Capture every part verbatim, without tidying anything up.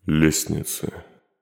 Лестницы.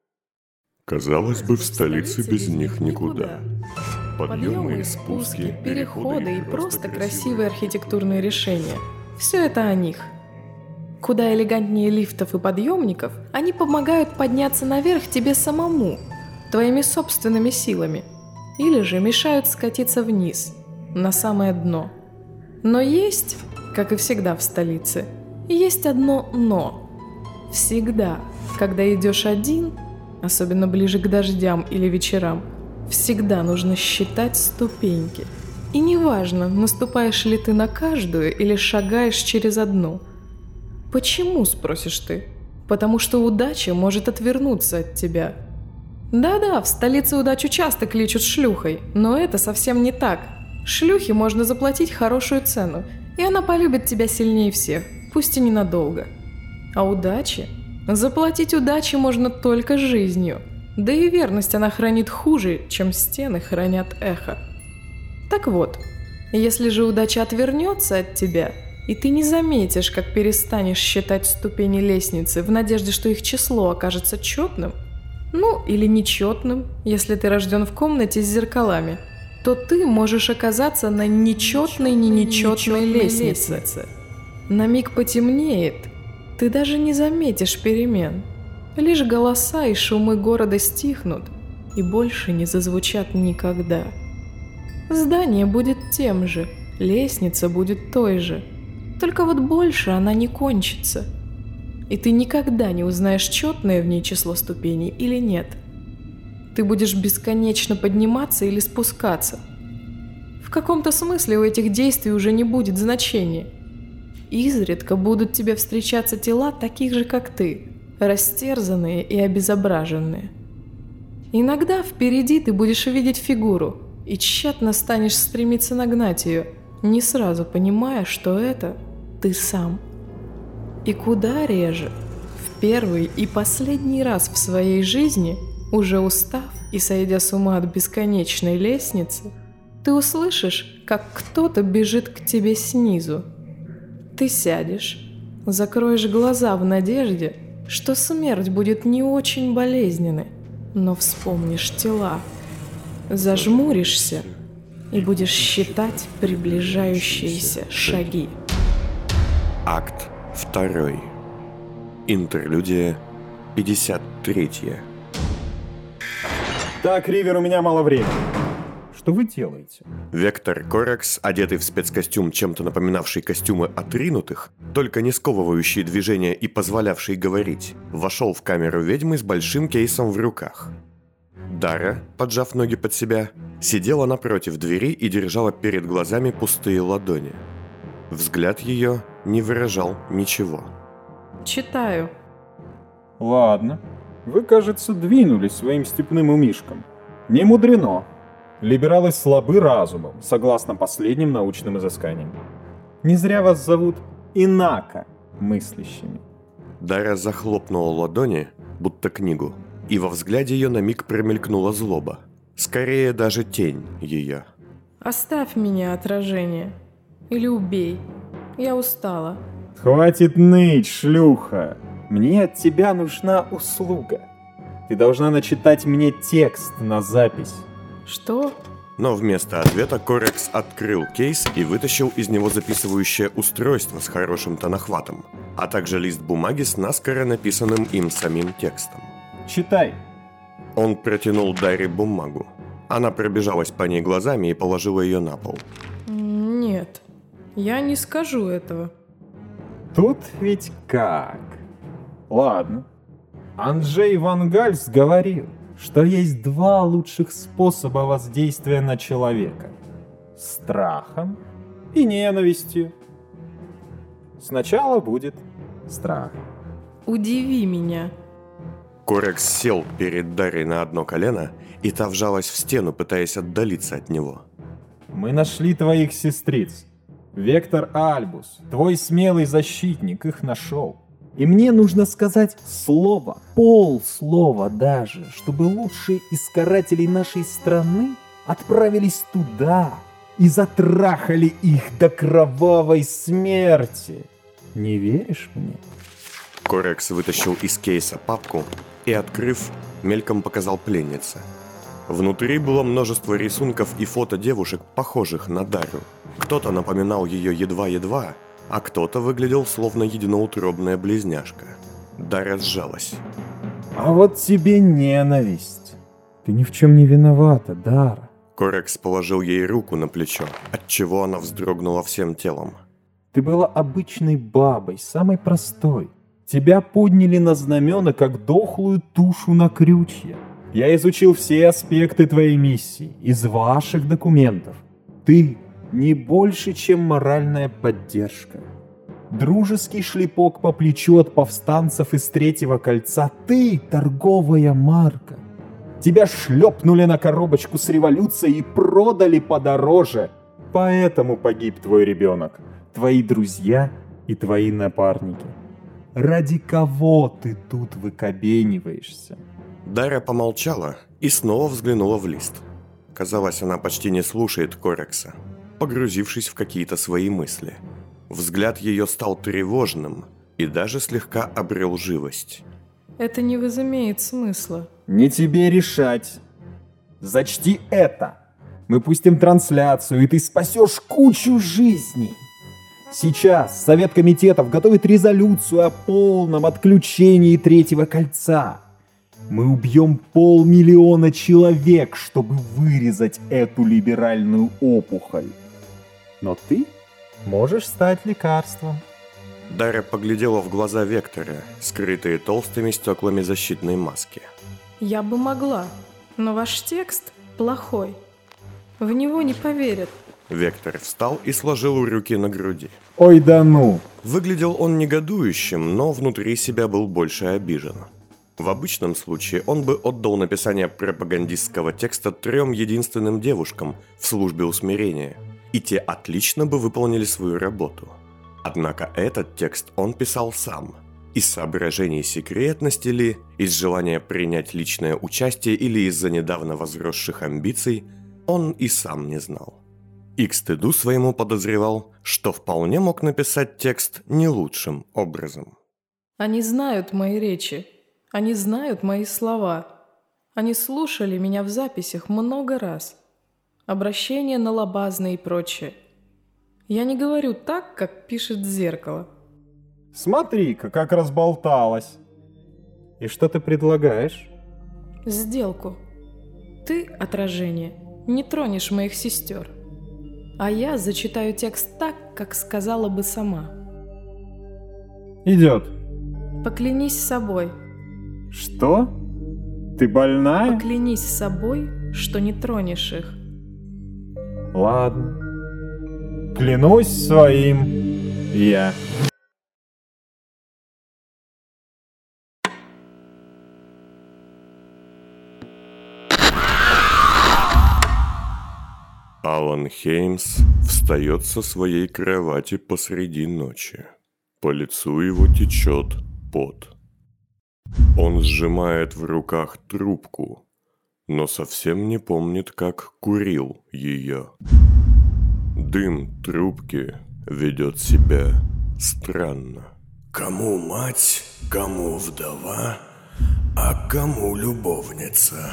Казалось бы, в столице без них никуда. Подъемы и спуски, переходы и просто красивые архитектурные решения. Все это о них. Куда элегантнее лифтов и подъемников, они помогают подняться наверх тебе самому, твоими собственными силами. Или же мешают скатиться вниз, на самое дно. Но есть, как и всегда в столице, есть одно «но». Всегда, когда идешь один, особенно ближе к дождям или вечерам, всегда нужно считать ступеньки. И неважно, наступаешь ли ты на каждую или шагаешь через одну. Почему, спросишь ты? Потому что удача может отвернуться от тебя. Да-да, в столице удачу часто кличут шлюхой, но это совсем не так. Шлюхе можно заплатить хорошую цену, и она полюбит тебя сильнее всех, пусть и ненадолго. А удаче? Заплатить удаче можно только жизнью. Да и верность она хранит хуже, чем стены хранят эхо. Так вот, если же удача отвернется от тебя, и ты не заметишь, как перестанешь считать ступени лестницы в надежде, что их число окажется четным, ну или нечетным, если ты рожден в комнате с зеркалами, то ты можешь оказаться на нечетной, не нечетной лестнице. На миг потемнеет, ты даже не заметишь перемен. Лишь голоса и шумы города стихнут и больше не зазвучат никогда. Здание будет тем же, лестница будет той же, только вот больше она не кончится. И ты никогда не узнаешь, четное в ней число ступеней или нет. Ты будешь бесконечно подниматься или спускаться. В каком-то смысле у этих действий уже не будет значения. Изредка будут тебе встречаться тела таких же, как ты, растерзанные и обезображенные. Иногда впереди ты будешь видеть фигуру и тщетно станешь стремиться нагнать ее, не сразу понимая, что это ты сам. И куда реже, в первый и последний раз в своей жизни, уже устав и сойдя с ума от бесконечной лестницы, ты услышишь, как кто-то бежит к тебе снизу. Ты сядешь, закроешь глаза в надежде, что смерть будет не очень болезненной, но вспомнишь тела, зажмуришься и будешь считать приближающиеся шаги. Акт второй. Интерлюдия пятьдесят третья. Так, Ривер, у меня мало времени. Что вы делаете? Вектор Корекс, одетый в спецкостюм, чем-то напоминавший костюмы отринутых, только не сковывающий движения и позволявший говорить, вошел в камеру ведьмы с большим кейсом в руках. Дара, поджав ноги под себя, сидела напротив двери и держала перед глазами пустые ладони. Взгляд ее не выражал ничего. Читаю. Ладно. Вы, кажется, двинулись своим степным умишком. Не мудрено. Либералы слабы разумом, согласно последним научным изысканиям. Не зря вас зовут инако мыслящими. Дара захлопнула ладони, будто книгу, и во взгляде ее на миг промелькнула злоба. Скорее, даже тень ее. Оставь меня, отражение. Или убей. Я устала. Хватит ныть, шлюха. Мне от тебя нужна услуга. Ты должна начитать мне текст на запись. Что? Но вместо ответа Корекс открыл кейс и вытащил из него записывающее устройство с хорошим тонохватом, а также лист бумаги с наскоро написанным им самим текстом. Читай. Он протянул Даре бумагу. Она пробежалась по ней глазами и положила ее на пол. Нет, я не скажу этого. Тут ведь как? Ладно. Анджей Ван Гальс говорил, что есть два лучших способа воздействия на человека. Страхом и ненавистью. Сначала будет страх. Удиви меня. Корекс сел перед Дарой на одно колено, и та вжалась в стену, пытаясь отдалиться от него. Мы нашли твоих сестриц. Вектор Альбус, твой смелый защитник, их нашел. И мне нужно сказать слово, полслова даже, чтобы лучшие из карателей нашей страны отправились туда и затрахали их до кровавой смерти. Не веришь мне? Корекс вытащил из кейса папку и, открыв, мельком показал пленнице. Внутри было множество рисунков и фото девушек, похожих на Дарю. Кто-то напоминал ее едва-едва, а кто-то выглядел словно единоутробная близняшка. Дарья сжалась. А вот тебе ненависть. Ты ни в чем не виновата, Дара. Корекс положил ей руку на плечо, отчего она вздрогнула всем телом. Ты была обычной бабой, самой простой. Тебя подняли на знамена, как дохлую тушу на крючья. Я изучил все аспекты твоей миссии из ваших документов. Ты не больше, чем моральная поддержка. Дружеский шлепок по плечу от повстанцев из Третьего кольца. Ты торговая марка. Тебя шлепнули на коробочку с революцией и продали подороже. Поэтому погиб твой ребенок, твои друзья и твои напарники. Ради кого ты тут выкобениваешься? Дарья помолчала и снова взглянула в лист. Казалось, она почти не слушает Корекса, погрузившись в какие-то свои мысли. Взгляд ее стал тревожным и даже слегка обрел живость. Это не возымеет смысла. Не тебе решать. Зачти это. Мы пустим трансляцию, и ты спасешь кучу жизней. Сейчас Совет комитетов готовит резолюцию о полном отключении Третьего кольца. Мы убьем полмиллиона человек, чтобы вырезать эту либеральную опухоль. Но ты можешь стать лекарством. Дарья поглядела в глаза Вектора, скрытые толстыми стеклами защитной маски. Я бы могла, но ваш текст плохой. В него не поверят. Вектор встал и сложил руки на груди. Ой, да ну! Выглядел он негодующим, но внутри себя был больше обижен. В обычном случае он бы отдал написание пропагандистского текста трем единственным девушкам в службе усмирения, и те отлично бы выполнили свою работу. Однако этот текст он писал сам. Из соображений секретности ли, из желания принять личное участие или из-за недавно возросших амбиций, он и сам не знал. И к стыду своему подозревал, что вполне мог написать текст не лучшим образом. Они знают мои речи. Они знают мои слова. Они слушали меня в записях много раз. Обращения на лабазные и прочее. Я не говорю так, как пишет зеркало. Смотри-ка, как разболталась. И что ты предлагаешь? Сделку. Ты, отражение, не тронешь моих сестер. А я зачитаю текст так, как сказала бы сама. Идет. Поклянись собой. Что? Ты больная? Поклянись собой, что не тронешь их. Ладно. Клянусь своим я. Алан Хеймс встает со своей кровати посреди ночи. По лицу его течет пот. Он сжимает в руках трубку, но совсем не помнит, как курил ее. Дым трубки ведет себя странно. Кому мать, кому вдова, а кому любовница?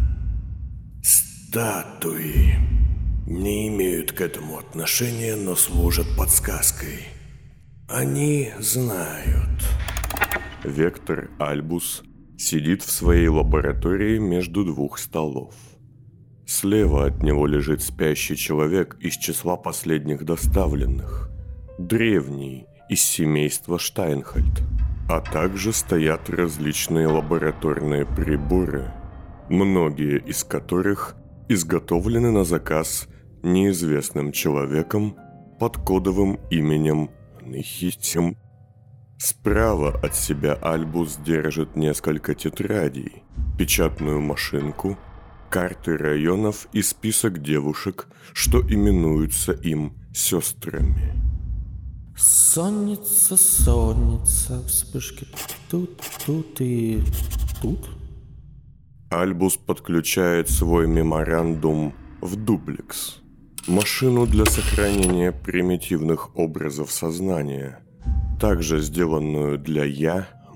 Статуи не имеют к этому отношения, но служат подсказкой. Они знают. Вектор Альбус сидит в своей лаборатории между двух столов. Слева от него лежит спящий человек из числа последних доставленных. Древний, из семейства Штайнхальд. А также стоят различные лабораторные приборы, многие из которых изготовлены на заказ неизвестным человеком под кодовым именем Нихитим. Справа от себя Альбус держит несколько тетрадей, печатную машинку, карты районов и список девушек, что именуются им сестрами. Сонница, сонница, вспышки тут, тут и тут. Альбус подключает свой меморандум в дуплекс, машину для сохранения примитивных образов сознания, также сделанную для «я»,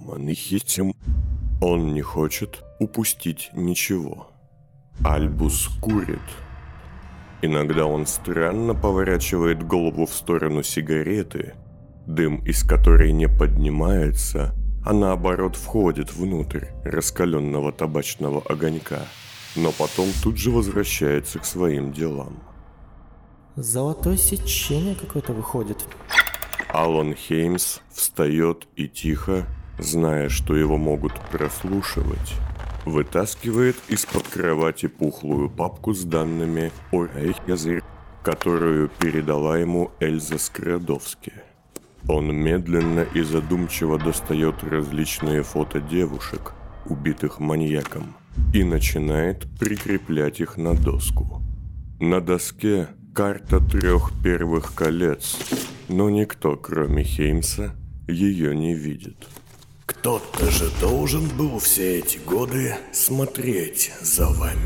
демоны хитим. Он не хочет упустить ничего. Альбус курит. Иногда он странно поворачивает голову в сторону сигареты, дым из которой не поднимается, а наоборот входит внутрь раскаленного табачного огонька, но потом тут же возвращается к своим делам. Золотое сечение какое-то выходит. Алан Хеймс встает и тихо, зная, что его могут прослушивать, вытаскивает из-под кровати пухлую папку с данными о Рейхязере, которую передала ему Эльза Скрадовски. Он медленно и задумчиво достает различные фото девушек, убитых маньяком, и начинает прикреплять их на доску. На доске карта трех первых колец, но никто, кроме Хеймса, ее не видит. Кто-то же должен был все эти годы смотреть за вами.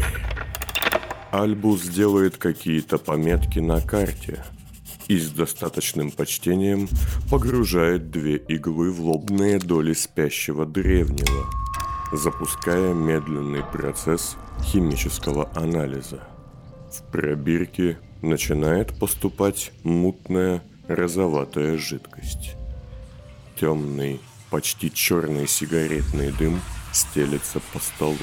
Альбус делает какие-то пометки на карте и с достаточным почтением погружает две иглы в лобные доли спящего древнего, запуская медленный процесс химического анализа. В пробирке начинает поступать мутная розоватая жидкость. Темный, почти черный сигаретный дым стелется по столу.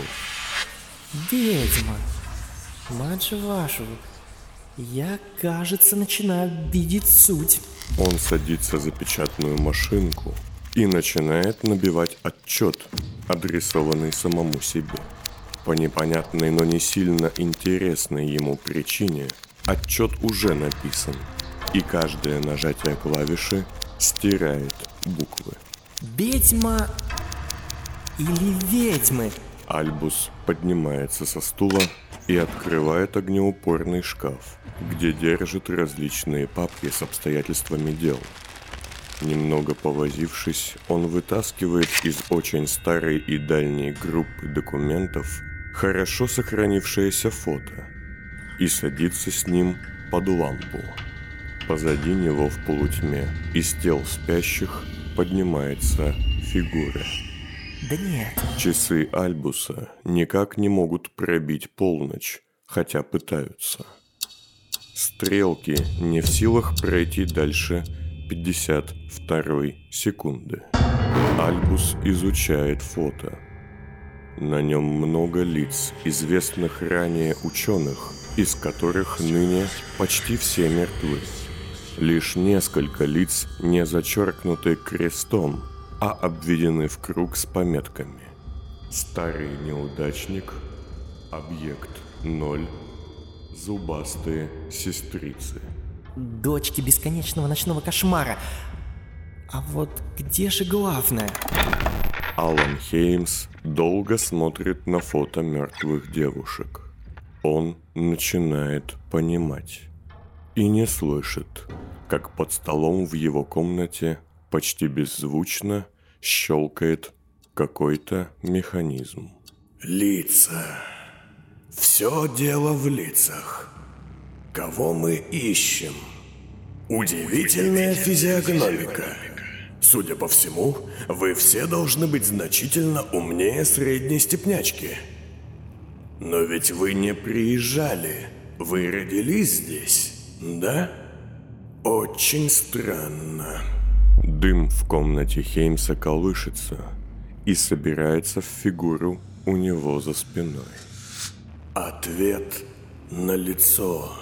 Ведьма, мать же вашу, я, кажется, начинаю видеть суть. Он садится за печатную машинку и начинает набивать отчет, адресованный самому себе. По непонятной, но не сильно интересной ему причине отчет уже написан, и каждое нажатие клавиши стирает буквы. Ведьма или ведьмы? Альбус поднимается со стула и открывает огнеупорный шкаф, где держит различные папки с обстоятельствами дел. Немного повозившись, он вытаскивает из очень старой и дальней группы документов хорошо сохранившееся фото и садится с ним под лампу. Позади него в полутьме из тел спящих поднимается фигура. Да нет. Часы Альбуса никак не могут пробить полночь, хотя пытаются. Стрелки не в силах пройти дальше пятьдесят второй секунды. Альбус изучает фото. На нем много лиц, известных ранее ученых, из которых ныне почти все мертвы. Лишь несколько лиц не зачеркнуты крестом, а обведены в круг с пометками. Старый неудачник, объект ноль, зубастые сестрицы. Дочки бесконечного ночного кошмара. А вот где же главное? Алан Хеймс долго смотрит на фото мертвых девушек. Он начинает понимать и не слышит, как под столом в его комнате почти беззвучно щелкает какой-то механизм. Лица. Все дело в лицах. Кого мы ищем? Удивительная физиогномика. Судя по всему, вы все должны быть значительно умнее средней степнячки. Но ведь вы не приезжали. Вы родились здесь, да? Очень странно. Дым в комнате Хеймса колышется и собирается в фигуру у него за спиной. Ответ налицо.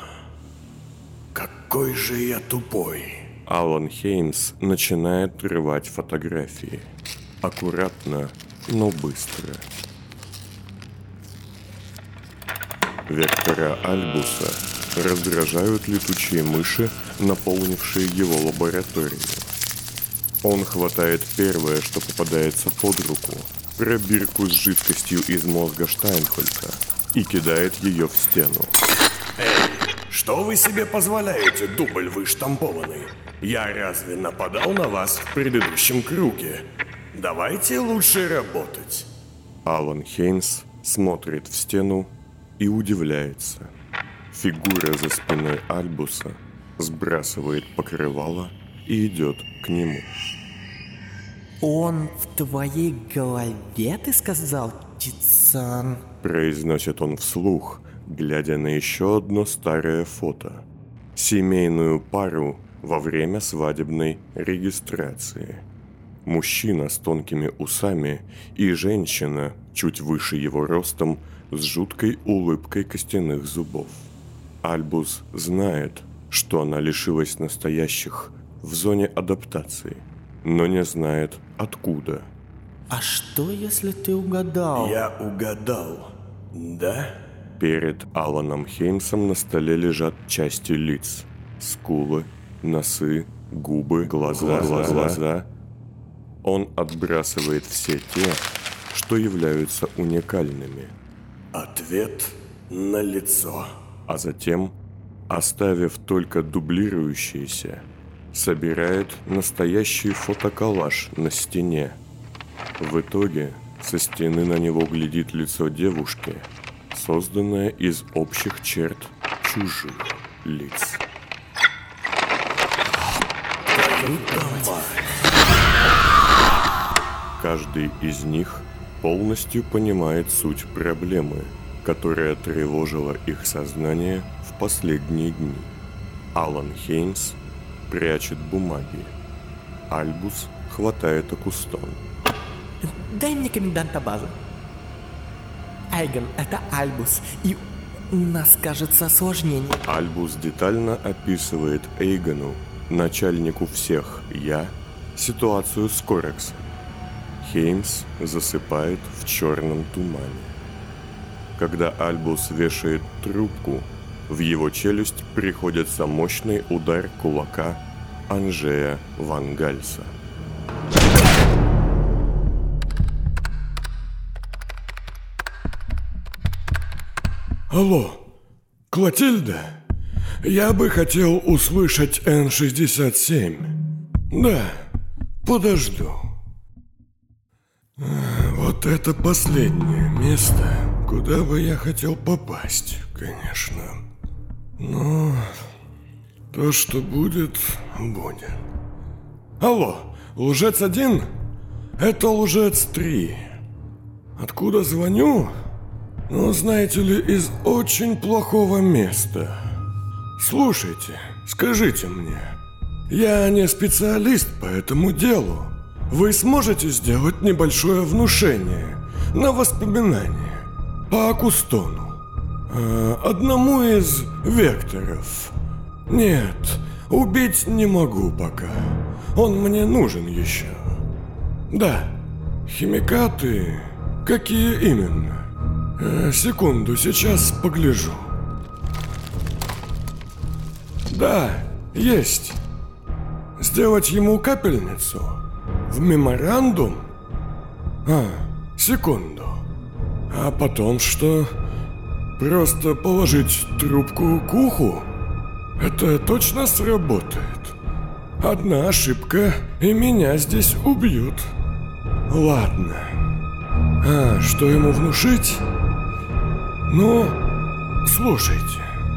Какой же я тупой. Алан Хеймс начинает рвать фотографии. Аккуратно, но быстро. Вектора Альбуса раздражают летучие мыши, наполнившие его лабораторию. Он хватает первое, что попадается под руку, пробирку с жидкостью из мозга Штайнхольца, и кидает ее в стену. Эй, что вы себе позволяете, дубль вы штампованный? Я разве нападал на вас в предыдущем круге? Давайте лучше работать. Алан Хеймс смотрит в стену и удивляется. Фигура за спиной Альбуса сбрасывает покрывало и идет к нему. Он в твоей голове, ты сказал, Тицан? Произносит он вслух, глядя на еще одно старое фото. Семейную пару во время свадебной регистрации. Мужчина с тонкими усами и женщина, чуть выше его ростом, с жуткой улыбкой костяных зубов. Альбус знает, что она лишилась настоящих в зоне адаптации, но не знает откуда. А что, если ты угадал? Я угадал, да? Перед Аланом Хеймсом на столе лежат части лиц. Скулы, носы, губы, глаза, глаза, глаза. Он отбрасывает все те, что являются уникальными. Ответ налицо. А затем, оставив только дублирующиеся, собирает настоящий фотоколлаж на стене. В итоге со стены на него глядит лицо девушки, созданное из общих черт чужих лиц. Каждый из них полностью понимает суть проблемы, которая тревожила их сознание в последние дни. Алан Хеймс прячет бумаги. Альбус хватает Акустон. Дай мне коменданта базы. Эйгон, это Альбус, и у нас, кажется, осложнение. Альбус детально описывает Эйгону, начальнику всех «Я», ситуацию с Корексом. Хеймс засыпает в черном тумане. Когда Альбус вешает трубку, в его челюсть приходится мощный удар кулака Анжея Ван Гальса. Алло, Клотильда? Я бы хотел услышать Эн шестьдесят семь. Да, подожду. Вот это последнее место, куда бы я хотел попасть, конечно. Но то, что будет, будет. Алло, лжец один? Это лжец три. Откуда звоню? Ну, знаете ли, из очень плохого места. Слушайте, скажите мне, я не специалист по этому делу. Вы сможете сделать небольшое внушение на воспоминание по Акустону? Э, одному из векторов. Нет, убить не могу пока. Он мне нужен еще. Да, химикаты. Какие именно? Э, секунду, сейчас погляжу. Да, есть. Сделать ему капельницу? В меморандум? А, секунду. А потом что? Просто положить трубку к уху? Это точно сработает? Одна ошибка, и меня здесь убьют. Ладно. А, что ему внушить? Ну, слушайте.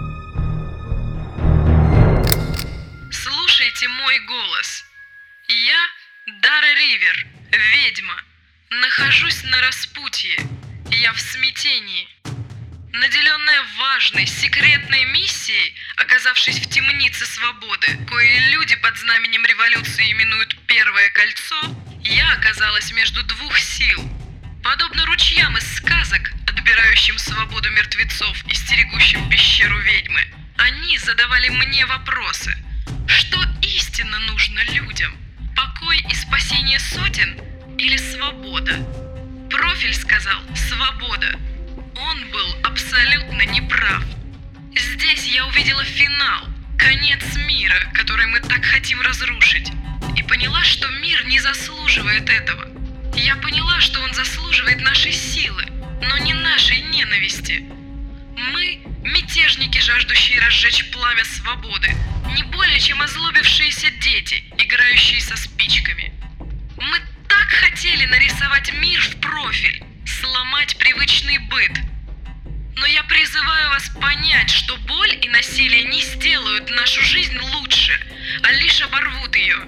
Слушайте мой голос. Я Дара Ривер, ведьма. Нахожусь на распутье. Я в смятении. Наделенная важной, секретной миссией, оказавшись в темнице свободы, кое люди под знаменем революции именуют «Первое кольцо», я оказалась между двух сил. Подобно ручьям из сказок, отбирающим свободу мертвецов и стерегущим пещеру ведьмы, они задавали мне вопросы. Что истинно нужно людям? Покой и спасение сотен или свобода? Профиль сказал «свобода». Он был абсолютно неправ. Здесь я увидела финал, конец мира, который мы так хотим разрушить, и поняла, что мир не заслуживает этого. Я поняла, что он заслуживает нашей силы, но не нашей ненависти. Мы – мятежники, жаждущие разжечь пламя свободы, не более чем озлобившиеся дети, играющие со спичками. Мы так хотели нарисовать мир в профиль, сломать привычный быт. Но я призываю вас понять, что боль и насилие не сделают нашу жизнь лучше, а лишь оборвут ее.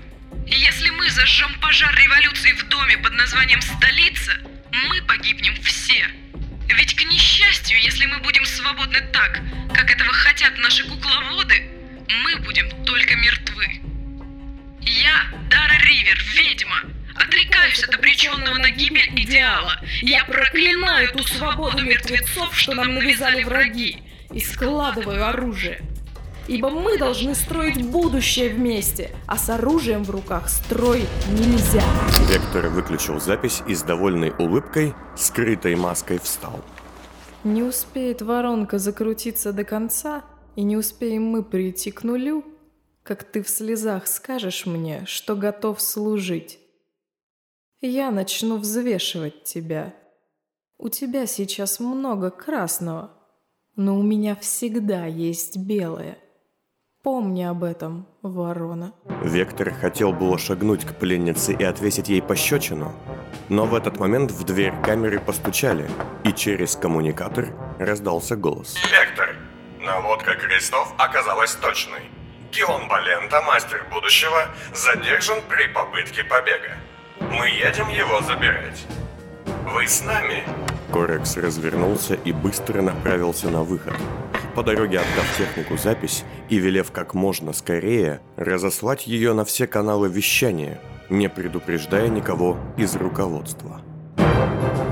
Если мы зажжем пожар революции в доме под названием «Столица», мы погибнем все. Ведь, к несчастью, если мы будем свободны так, как этого хотят наши кукловоды, мы будем только мертвы. Я, Дара Ривер, ведьма, отрекаюсь от обреченного на гибель идеала. Я проклинаю ту свободу мертвецов, что нам навязали враги, и складываю оружие. Ибо мы должны строить будущее вместе, а с оружием в руках строить нельзя. Вектор выключил запись и с довольной улыбкой, скрытой маской, встал. Не успеет воронка закрутиться до конца, и не успеем мы прийти к нулю, как ты в слезах скажешь мне, что готов служить. Я начну взвешивать тебя. У тебя сейчас много красного, но у меня всегда есть белое. Помни об этом, ворона. Вектор хотел было шагнуть к пленнице и отвесить ей пощечину, но в этот момент в дверь камеры постучали, и через коммуникатор раздался голос. Вектор, наводка крестов оказалась точной. Геон Балента, мастер будущего, задержан при попытке побега. Мы едем его забирать. Вы с нами? Корекс развернулся и быстро направился на выход, по дороге отдав технику запись и велев как можно скорее разослать ее на все каналы вещания, не предупреждая никого из руководства.